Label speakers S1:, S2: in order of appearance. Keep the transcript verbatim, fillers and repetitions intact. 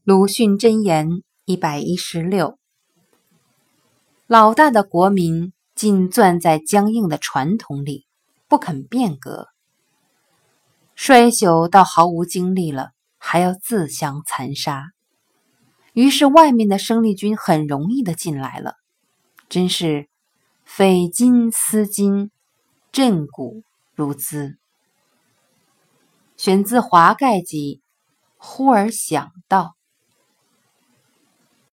S1: 鲁迅箴言一百一十六：老大的国民尽攥在僵硬的传统里，不肯变革，衰朽到毫无精力了，还要自相残杀。于是外面的生力军很容易的进来了，真是匪金思金，震古如兹。选自华盖集，忽而想到。